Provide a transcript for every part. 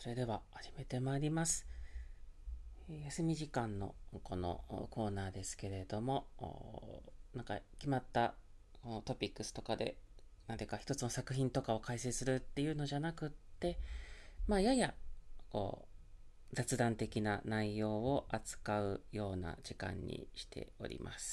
それでは始めてまいります。休み時間のこのコーナーですけれども、なんか決まったトピックスとかで、なんていうか一つの作品とかを解説するっていうのじゃなくって、ややこ雑談的な内容を扱うような時間にしております。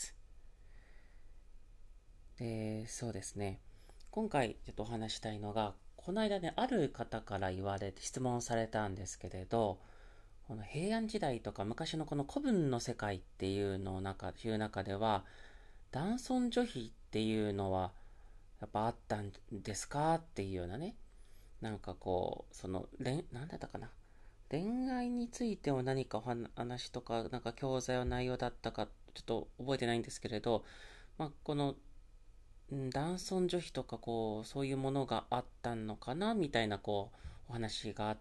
で、そうですね。今回ちょっとお話したいのが、この間ね、ある方から言われて質問されたんですけれど、この平安時代とか昔のこの古文の世界っていう中では、男尊女卑っていうのはやっぱあったんですかっていうようなね、なんかこう、なんだったかな。恋愛については何かお話とか、なんか教材の内容だったか、ちょっと覚えてないんですけれど、この男尊女卑とかそういうものがあったのかなみたいなお話があって、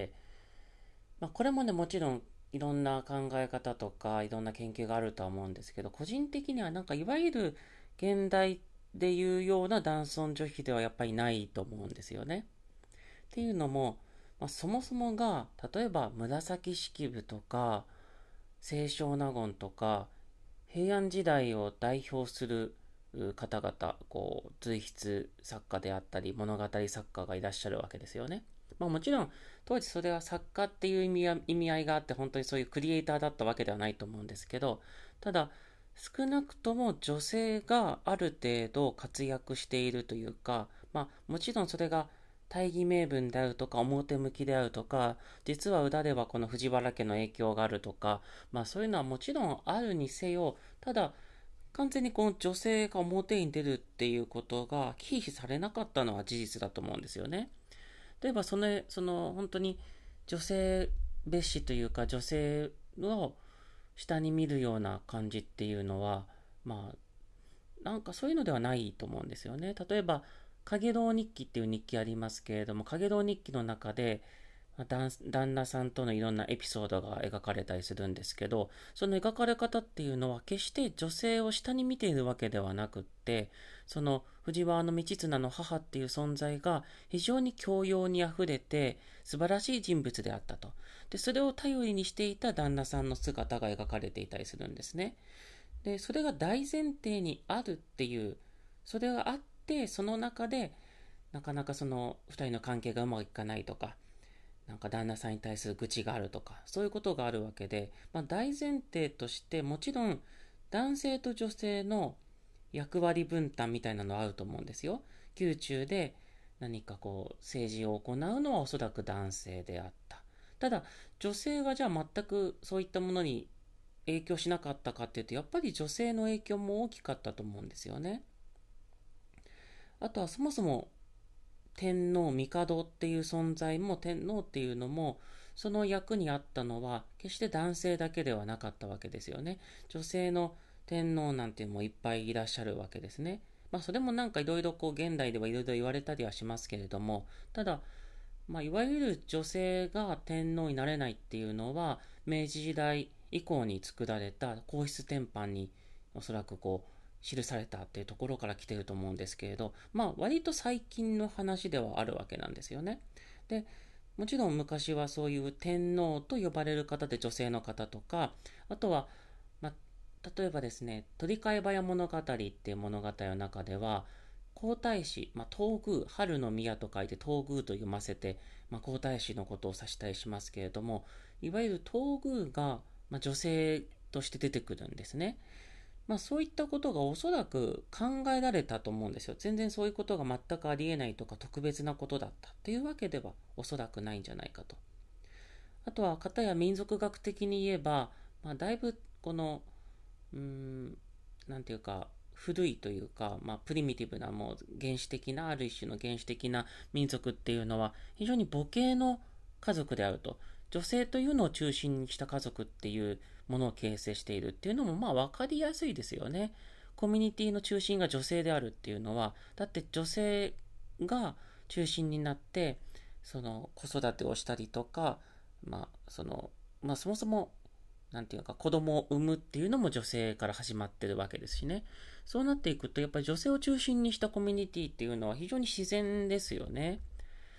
これもね、もちろんいろんな考え方とかいろんな研究があるとは思うんですけど、個人的にはなんかいわゆる現代でいうような男尊女卑ではやっぱりないと思うんですよね。っていうのも、そもそもが例えば紫式部とか清少納言とか平安時代を代表する方々、随筆作家であったり物語作家がいらっしゃるわけですよね。もちろん当時それは作家っていう意味合いがあって本当にそういうクリエイターだったわけではないと思うんですけど、ただ少なくとも女性がある程度活躍しているというか、もちろんそれが大義名分であるとか表向きであるとか、実は裏ではこの藤原家の影響があるとか、そういうのはもちろんあるにせよ、ただ完全にこの女性が表に出るっていうことが忌避されなかったのは事実だと思うんですよね。例えばその本当に女性蔑視というか女性を下に見るような感じっていうのは、なんかそういうのではないと思うんですよね。例えば、影堂日記っていう日記ありますけれども、影堂日記の中で、旦那さんとのいろんなエピソードが描かれたりするんですけど、その描かれ方っていうのは決して女性を下に見ているわけではなくって、その藤原道綱の母っていう存在が非常に教養にあふれて素晴らしい人物であったと。で、それを頼りにしていた旦那さんの姿が描かれていたりするんですね。で、それが大前提にあるっていう、それがあって、その中で、なかなかその二人の関係がうまくいかないとか、なんか旦那さんに対する愚痴があるとか、そういうことがあるわけで、大前提として、もちろん男性と女性の役割分担みたいなのはあると思うんですよ。宮中で何か政治を行うのはおそらく男性であった。ただ、女性はじゃあ全くそういったものに影響しなかったかっていうと、やっぱり女性の影響も大きかったと思うんですよね。あとはそもそも天皇、帝っていう存在も天皇っていうのも、その役にあったのは決して男性だけではなかったわけですよね。女性の天皇なんていうのもいっぱいいらっしゃるわけですね。それもなんかいろいろ現代ではいろいろ言われたりはしますけれども、ただ、いわゆる女性が天皇になれないっていうのは、明治時代以降に作られた皇室典範におそらく記されたっていうところから来てると思うんですけれど、割と最近の話ではあるわけなんですよね。で、もちろん昔はそういう天皇と呼ばれる方で女性の方とか、あとは、例えばですね、鳥飼早物語っていう物語の中では、皇太子、東宮、春の宮と書いて東宮と読ませて、皇太子のことを指したりしますけれども、いわゆる東宮が、女性として出てくるんですね。そういったことがおそらく考えられたと思うんですよ。全然そういうことが全くありえないとか特別なことだったっていうわけではおそらくないんじゃないかと。あとは、片や民族学的に言えば、だいぶなんていうか、古いというか、プリミティブな、もう原始的な、ある一種の原始的な民族っていうのは、非常に母系の家族であると。女性というのを中心にした家族っていうものを形成しているっていうのも、分かりやすいですよね。コミュニティの中心が女性であるっていうのは、だって女性が中心になって、その子育てをしたりとか、そもそもなんていうか子供を産むっていうのも女性から始まってるわけですしね。そうなっていくとやっぱり女性を中心にしたコミュニティっていうのは非常に自然ですよね。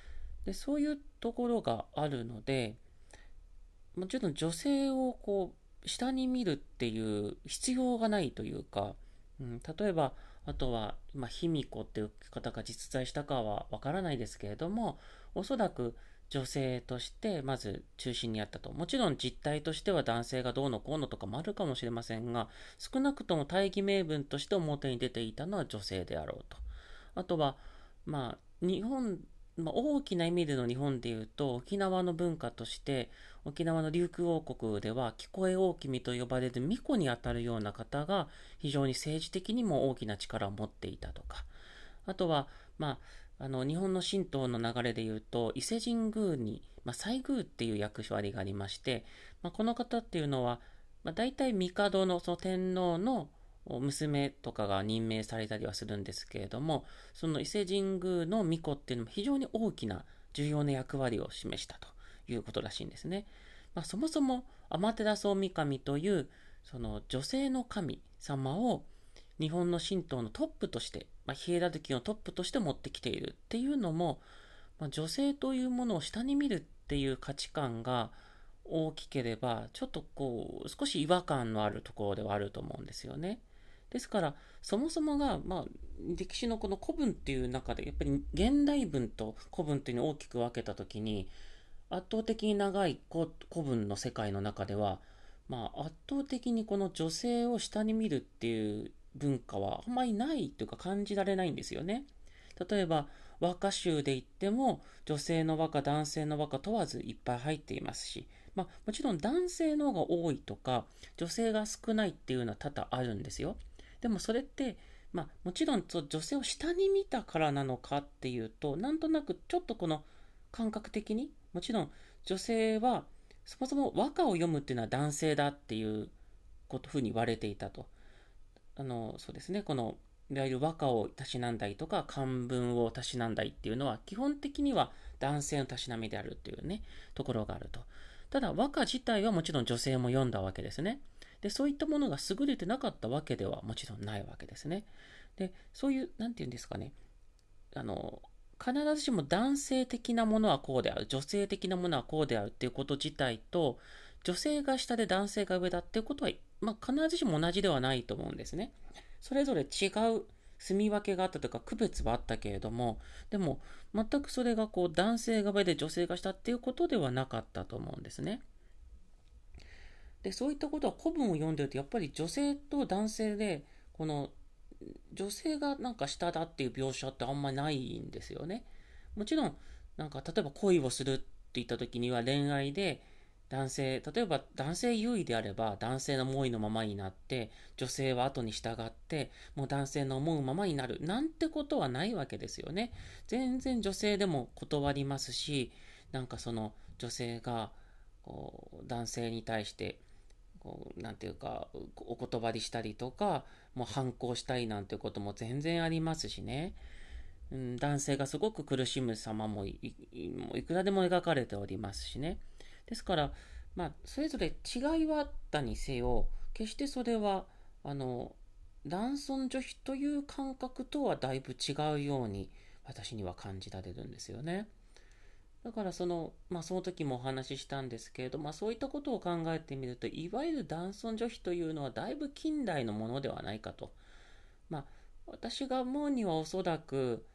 で、そういうところがあるので、もちろん女性を下に見るっていう必要がないというか、例えば、あとは、卑弥呼っていう方が実在したかはわからないですけれども、おそらく女性としてまず中心にあったと。もちろん実態としては男性がどうのこうのとかもあるかもしれませんが、少なくとも大義名分として表に出ていたのは女性であろうと。あとは、日本、大きな意味での日本でいうと、沖縄の文化として、沖縄の琉球王国では、聞こえ大君と呼ばれる巫女にあたるような方が、非常に政治的にも大きな力を持っていたとか、あとは、日本の神道の流れで言うと、伊勢神宮に、西宮っていう役割がありまして、この方っていうのは、大体帝の、その天皇の娘とかが任命されたりはするんですけれども、その伊勢神宮の巫女っていうのも非常に大きな重要な役割を示したということらしいんですね。そもそも天照大神というその女性の神様を日本の神道のトップとして、ヒエラルキーのトップとして持ってきているっていうのも、女性というものを下に見るっていう価値観が大きければ、ちょっと少し違和感のあるところではあると思うんですよね。ですから、そもそもが、歴史のこの古文っていう中で、やっぱり現代文と古文っていうのを大きく分けたときに、圧倒的に長い古文の世界の中では、圧倒的にこの女性を下に見るっていう文化はあんまりないというか感じられないんですよね。例えば、和歌集で言っても、女性の和歌、男性の和歌問わずいっぱい入っていますし、もちろん男性の方が多いとか、女性が少ないっていうのは多々あるんですよ。でもそれって、もちろん女性を下に見たからなのかっていうと、なんとなくちょっとこの感覚的に、もちろん女性はそもそも和歌を読むっていうのは男性だっていうふうに言われていたと。そうですね、このいわゆる和歌をたしなんだりとか漢文をたしなんだりっていうのは基本的には男性のたしなみであるっていうねところがあると。ただ和歌自体はもちろん女性も読んだわけですね。でそういったものが優れてなかったわけではもちろんないわけですね。でそういうなんていうんですかね、あの必ずしも男性的なものはこうである、女性的なものはこうであるっていうこと自体と、女性が下で男性が上だっていうことは、必ずしも同じではないと思うんですね。それぞれ違う住み分けがあったというか区別はあったけれども、でも全くそれが男性が上で女性が下っていうことではなかったと思うんですね。で、そういったことは古文を読んでるとやっぱり女性と男性でこの女性がなんか下だっていう描写ってあんまりないんですよね。もちろん、なんか例えば恋をするって言った時には恋愛で例えば男性優位であれば男性の思いのままになって、女性は後に従って、もう男性の思うままになるなんてことはないわけですよね。全然女性でも断りますし、なんかその女性が男性に対してなんていうか、お断りしたりとか、もう反抗したりなんていうことも全然ありますしね。男性がすごく苦しむ様もいくらでも描かれておりますしね。ですから、それぞれ違いはあったにせよ、決してそれは、男尊女卑という感覚とはだいぶ違うように、私には感じられるんですよね。だからその時もお話ししたんですけれど、そういったことを考えてみると、いわゆる男尊女卑というのはだいぶ近代のものではないかと。まあ、私が思うにはおそらく、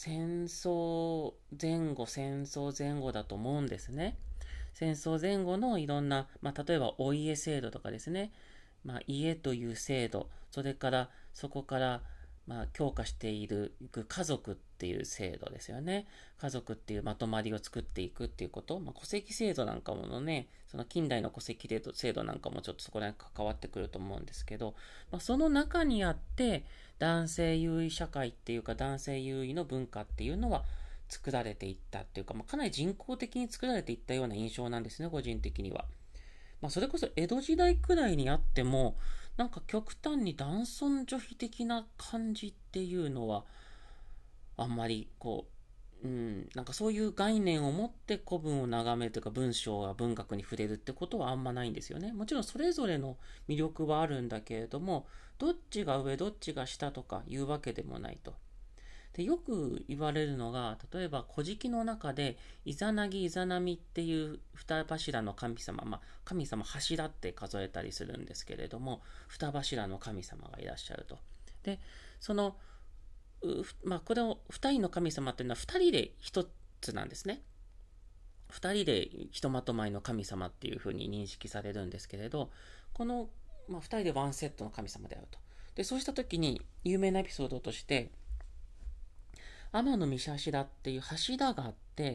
戦争前後だと思うんですね。戦争前後のいろんな、例えばお家制度とかですね、家という制度、それからそこから強化している家族っていう制度ですよね。家族っていうまとまりを作っていくっていうこと、戸籍制度なんかものね、その近代の戸籍制度なんかもちょっとそこら辺関わってくると思うんですけど、その中にあって男性優位社会っていうか男性優位の文化っていうのは作られていったっていうか、かなり人工的に作られていったような印象なんですね、個人的には。それこそ江戸時代くらいにあっても、なんか極端に男尊女卑的な感じっていうのは、あんまりなんかそういう概念を持って古文を眺めるというか文章や文学に触れるってことはあんまないんですよね。もちろんそれぞれの魅力はあるんだけれども、どっちが上どっちが下とかいうわけでもないと。 で、よく言われるのが、例えば古事記の中で、イザナギ、イザナミっていう二柱の神様、神様柱って数えたりするんですけれども、二柱の神様がいらっしゃると。で、その、これを二人の神様っていうのは二人で一つなんですね。二人でひとまとまりの神様っていうふうに認識されるんですけれど、この、二人でワンセットの神様であると。で、そうした時に有名なエピソードとして、天の御柱っていう柱があって、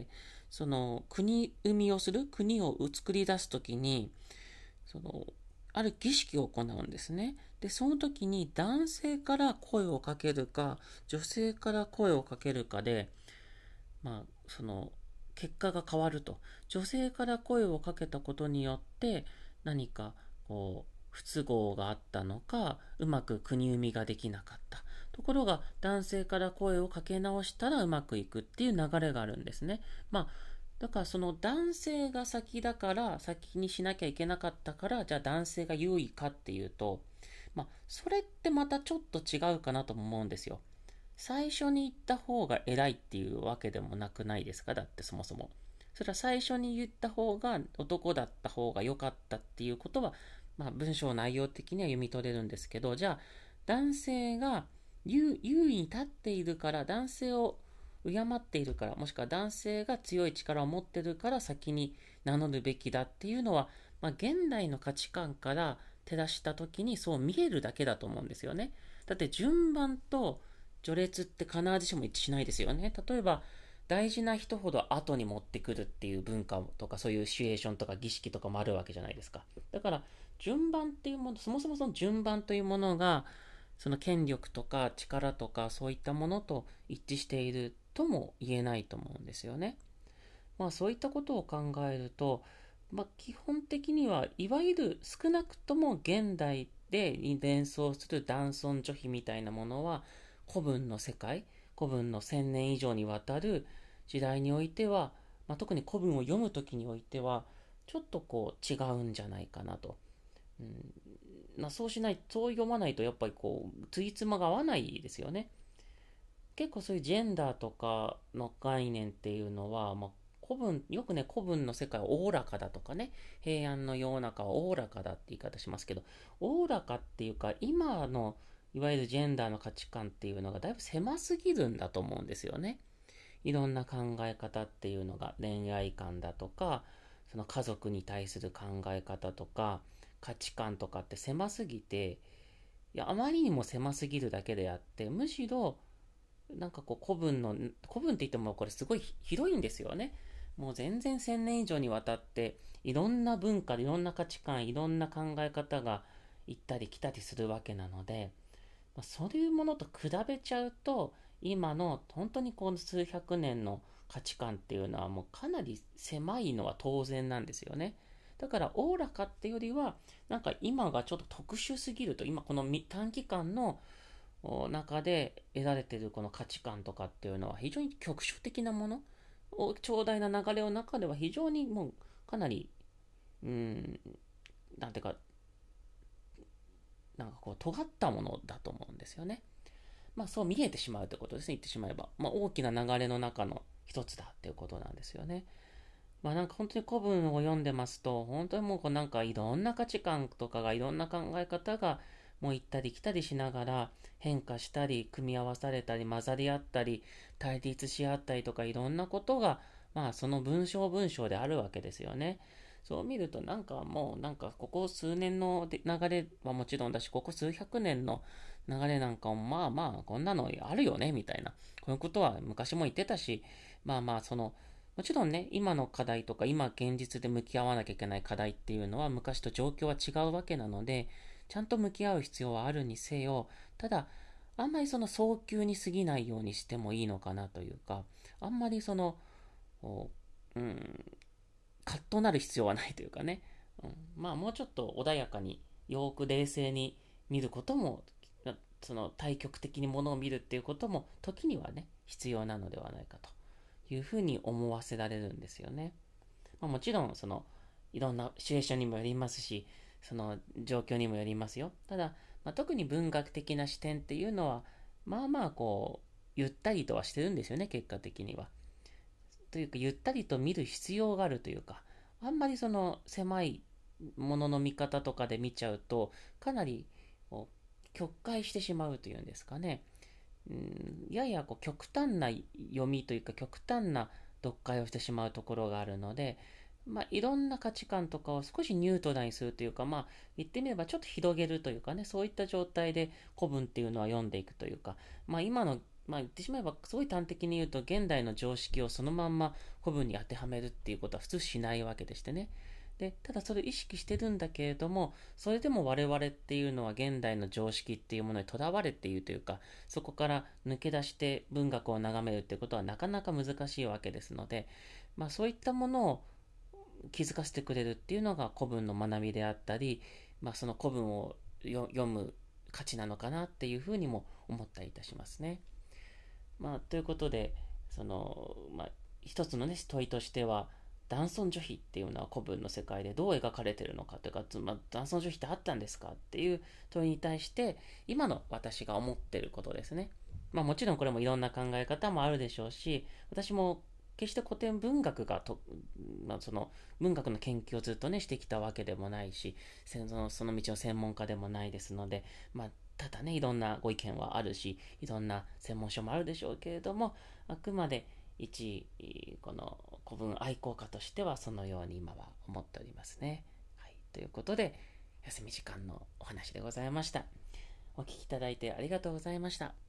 その国生みをする、国を作り出す時に、その、ある儀式を行うんですね。で、その時に男性から声をかけるか、女性から声をかけるかで、その、結果が変わると。女性から声をかけたことによって、何か、不都合があったのか、うまく国生みができなかった。ところが、男性から声をかけ直したらうまくいくっていう流れがあるんですね。だからその男性が先だから、先にしなきゃいけなかったから、じゃあ男性が優位かっていうと、それってまたちょっと違うかなとも思うんですよ。最初に言った方が偉いっていうわけでもなくないですか？だってそもそも。それは最初に言った方が男だった方が良かったっていうことは、文章内容的には読み取れるんですけど、じゃあ男性が優位に立っているから、男性を敬っているから、もしくは男性が強い力を持っているから先に名乗るべきだっていうのは、現代の価値観から照らした時にそう見えるだけだと思うんですよね。だって順番と序列って必ずしも一致しないですよね。例えば、大事な人ほど後に持ってくるっていう文化とかそういうシチュエーションとか儀式とかもあるわけじゃないですか。だから、順番っていうもの、そもそもその順番というものが、その権力とか力とかそういったものと一致しているとも言えないと思うんですよね。そういったことを考えると、基本的にはいわゆる少なくとも現代で連想する男尊女卑みたいなものは古文の世界、古文の1000年以上にわたる時代においては、特に古文を読むときにおいてはちょっと違うんじゃないかなと。そう読まないとやっぱりついつまが合わないですよね。結構そういうジェンダーとかの概念っていうのは、よくね、古文の世界はおおらかだとかね、平安の世の中はおおらかだって言い方しますけど、おおらかっていうか、今のいわゆるジェンダーの価値観っていうのがだいぶ狭すぎるんだと思うんですよね。いろんな考え方っていうのが、恋愛観だとか、その家族に対する考え方とか、価値観とかって狭すぎて、いや、あまりにも狭すぎるだけであって、むしろ古文って言ってもこれすごい広いんですよね。もう全然1000年以上にわたって、いろんな文化、いろんな価値観、いろんな考え方が行ったり来たりするわけなので、そういうものと比べちゃうと、今の本当にこの数百年の価値観っていうのはもうかなり狭いのは当然なんですよね。だから、おおらかってよりは、今がちょっと特殊すぎると、今この短期間の中で得られているこの価値観とかっていうのは非常に局所的なもの、長大な流れの中では非常にもうかなり、なんていうか、尖ったものだと思うんですよね。そう見えてしまうということですね、言ってしまえば。大きな流れの中の一つだっていうことなんですよね。本当に古文を読んでますと、本当にもういろんな価値観とかがいろんな考え方がもう行ったり来たりしながら変化したり組み合わされたり混ざり合ったり対立し合ったりとかいろんなことがその文章であるわけですよね。そう見るともうここ数年の流れはもちろんだし、ここ数百年の流れなんかもこんなのあるよねみたいな、こういうことは昔も言ってたし、もちろんね、今の課題とか今現実で向き合わなきゃいけない課題っていうのは昔と状況は違うわけなので、ちゃんと向き合う必要はあるにせよ、ただ、あんまりその早急に過ぎないようにしてもいいのかなというか、あんまりその、うん、カッとなる必要はないというかね、もうちょっと穏やかに、よく冷静に見ることも、その対極的にものを見るっていうことも、時にはね、必要なのではないかというふうに思わせられるんですよね。もちろん、いろんなシチュエーションにもよりますし、その状況にもよりますよ。ただ、特に文学的な視点っていうのは、 ゆったりとはしてるんですよね、結果的には。というか、ゆったりと見る必要があるというか、あんまりその狭いものの見方とかで見ちゃうと、かなり曲解してしまうというんですかね。やや極端な読みというか、極端な読解をしてしまうところがあるので、いろんな価値観とかを少しニュートラルにするというか、言ってみればちょっと広げるというかね、そういった状態で古文っていうのは読んでいくというか、今の、言ってしまえば、すごい端的に言うと、現代の常識をそのまんま古文に当てはめるっていうことは普通しないわけでしてね。で、ただそれを意識してるんだけれども、それでも我々っていうのは現代の常識っていうものにとらわれているというか、そこから抜け出して文学を眺めるってことはなかなか難しいわけですので、そういったものを気づかせてくれるっていうのが古文の学びであったり、その古文を読む価値なのかなっていうふうにも思ったりいたしますね。ということで、一つのね、問いとしては、男尊女卑っていうのは古文の世界でどう描かれているのかというか、男尊女卑ってあったんですかっていう問いに対して、今の私が思っていることですね。もちろんこれもいろんな考え方もあるでしょうし、私も決して古典文学がその文学の研究をずっとねしてきたわけでもないし、その道の専門家でもないですので、ただね、いろんなご意見はあるし、いろんな専門書もあるでしょうけれども、あくまで一、この古文愛好家としてはそのように今は思っておりますね。はい、ということで、休み時間のお話でございました。お聞きいただいてありがとうございました。